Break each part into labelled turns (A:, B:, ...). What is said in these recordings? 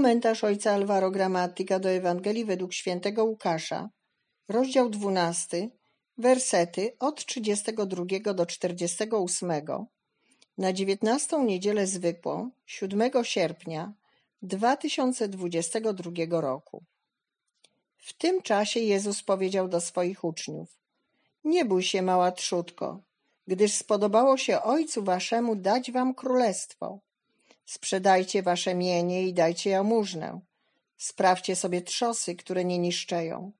A: Komentarz ojca Alvaro Gramatyka do Ewangelii według świętego Łukasza, rozdział 12, wersety od 32 do 48, na 19. niedzielę zwykłą, 7 sierpnia 2022 roku. W tym czasie Jezus powiedział do swoich uczniów: Nie bój się, mała trzódko, gdyż spodobało się Ojcu waszemu dać wam królestwo. Sprzedajcie wasze mienie i dajcie jałmużnę. Sprawdźcie sobie trzosy, które nie niszczeją.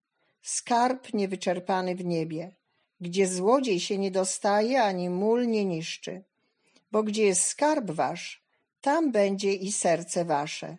A: Skarb niewyczerpany w niebie, gdzie złodziej się nie dostaje, ani mól nie niszczy. Bo gdzie jest skarb wasz, tam będzie i serce wasze.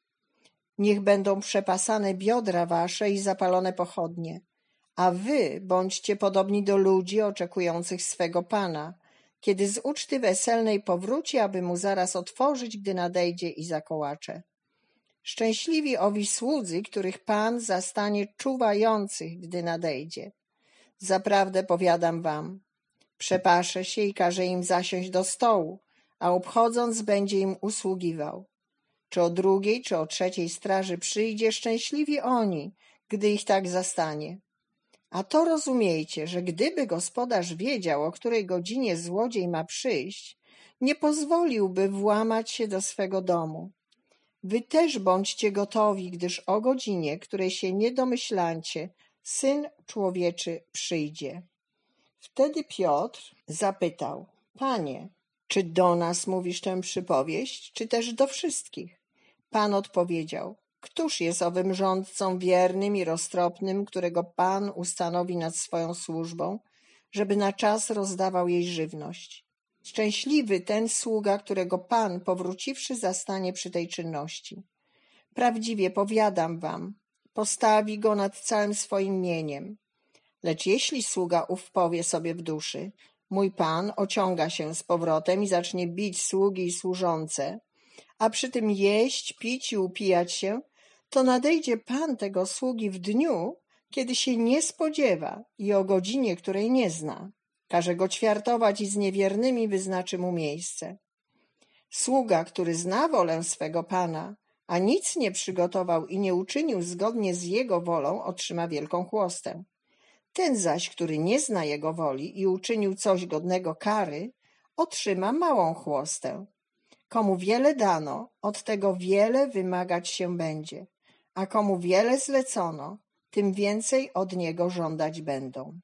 A: Niech będą przepasane biodra wasze i zapalone pochodnie, a wy bądźcie podobni do ludzi oczekujących swego Pana, kiedy z uczty weselnej powróci, aby mu zaraz otworzyć, gdy nadejdzie i zakołacze. Szczęśliwi owi słudzy, których Pan zastanie czuwających, gdy nadejdzie. Zaprawdę powiadam wam, przepaszę się i każe im zasiąść do stołu, a obchodząc będzie im usługiwał. Czy o drugiej, czy o trzeciej straży przyjdzie, szczęśliwi oni, gdy ich tak zastanie. A to rozumiejcie, że gdyby gospodarz wiedział, o której godzinie złodziej ma przyjść, nie pozwoliłby włamać się do swego domu. Wy też bądźcie gotowi, gdyż o godzinie, której się nie domyślacie, Syn Człowieczy przyjdzie. Wtedy Piotr zapytał: Panie, czy do nas mówisz tę przypowieść, czy też do wszystkich? Pan odpowiedział: Któż jest owym rządcą wiernym i roztropnym, którego Pan ustanowi nad swoją służbą, żeby na czas rozdawał jej żywność? Szczęśliwy ten sługa, którego Pan, powróciwszy, zastanie przy tej czynności. Prawdziwie powiadam wam, postawi go nad całym swoim mieniem. Lecz jeśli sługa ów powie sobie w duszy: Mój Pan ociąga się z powrotem i zacznie bić sługi i służące, a przy tym jeść, pić i upijać się, to nadejdzie Pan tego sługi w dniu, kiedy się nie spodziewa i o godzinie, której nie zna. Każe go ćwiartować i z niewiernymi wyznaczy mu miejsce. Sługa, który zna wolę swego Pana, a nic nie przygotował i nie uczynił zgodnie z jego wolą, otrzyma wielką chłostę. Ten zaś, który nie zna jego woli i uczynił coś godnego kary, otrzyma małą chłostę. Komu wiele dano, od tego wiele wymagać się będzie, a komu wiele zlecono, tym więcej od niego żądać będą.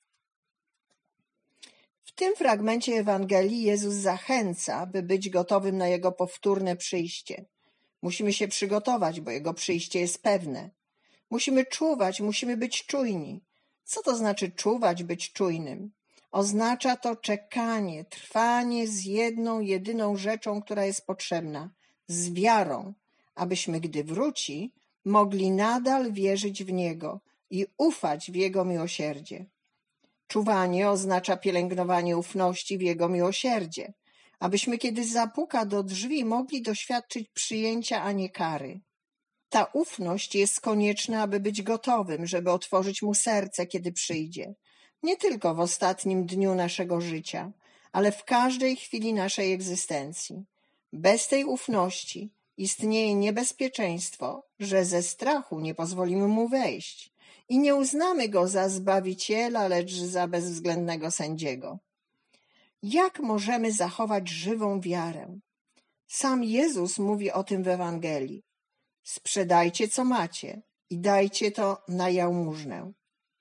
A: W tym fragmencie Ewangelii Jezus zachęca, by być gotowym na Jego powtórne przyjście. Musimy się przygotować, bo Jego przyjście jest pewne. Musimy czuwać, musimy być czujni. Co to znaczy czuwać, być czujnym? Oznacza to czekanie, trwanie z jedną, jedyną rzeczą, która jest potrzebna, z wiarą, abyśmy, gdy wróci, mogli nadal wierzyć w Niego i ufać w Jego miłosierdzie. Czuwanie oznacza pielęgnowanie ufności w Jego miłosierdzie, abyśmy, kiedy zapuka do drzwi, mogli doświadczyć przyjęcia, a nie kary. Ta ufność jest konieczna, aby być gotowym, żeby otworzyć Mu serce, kiedy przyjdzie. Nie tylko w ostatnim dniu naszego życia, ale w każdej chwili naszej egzystencji. Bez tej ufności istnieje niebezpieczeństwo, że ze strachu nie pozwolimy Mu wejść i nie uznamy Go za Zbawiciela, lecz za bezwzględnego sędziego. Jak możemy zachować żywą wiarę? Sam Jezus mówi o tym w Ewangelii. Sprzedajcie, co macie i dajcie to na jałmużnę.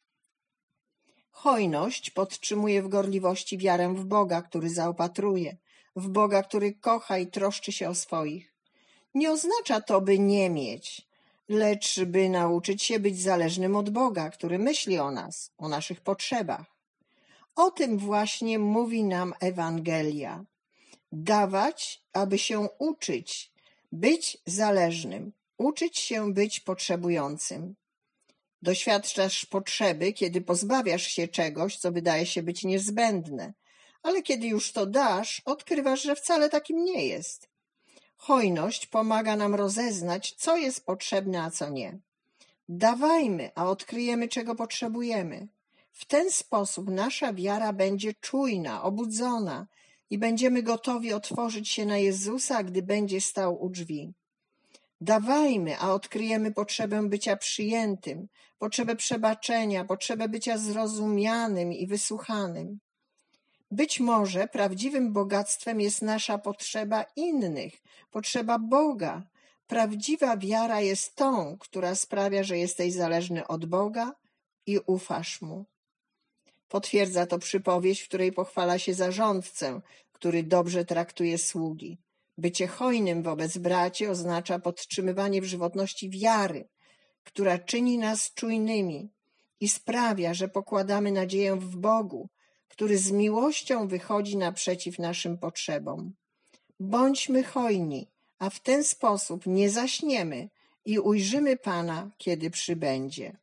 A: Hojność podtrzymuje w gorliwości wiarę w Boga, który zaopatruje, w Boga, który kocha i troszczy się o swoich. Nie oznacza to, by nie mieć, lecz by nauczyć się być zależnym od Boga, który myśli o nas, o naszych potrzebach. O tym właśnie mówi nam Ewangelia. Dawać, aby się uczyć, być zależnym, uczyć się być potrzebującym. Doświadczasz potrzeby, kiedy pozbawiasz się czegoś, co wydaje się być niezbędne, ale kiedy już to dasz, odkrywasz, że wcale takim nie jest. Hojność pomaga nam rozeznać, co jest potrzebne, a co nie. Dawajmy, a odkryjemy, czego potrzebujemy. W ten sposób nasza wiara będzie czujna, obudzona i będziemy gotowi otworzyć się na Jezusa, gdy będzie stał u drzwi. Dawajmy, a odkryjemy potrzebę bycia przyjętym, potrzebę przebaczenia, potrzebę bycia zrozumianym i wysłuchanym. Być może prawdziwym bogactwem jest nasza potrzeba innych, potrzeba Boga. Prawdziwa wiara jest tą, która sprawia, że jesteś zależny od Boga i ufasz Mu. Potwierdza to przypowieść, w której pochwala się zarządcę, który dobrze traktuje sługi. Bycie hojnym wobec braci oznacza podtrzymywanie w żywotności wiary, która czyni nas czujnymi i sprawia, że pokładamy nadzieję w Bogu, który z miłością wychodzi naprzeciw naszym potrzebom. Bądźmy hojni, a w ten sposób nie zaśniemy i ujrzymy Pana, kiedy przybędzie.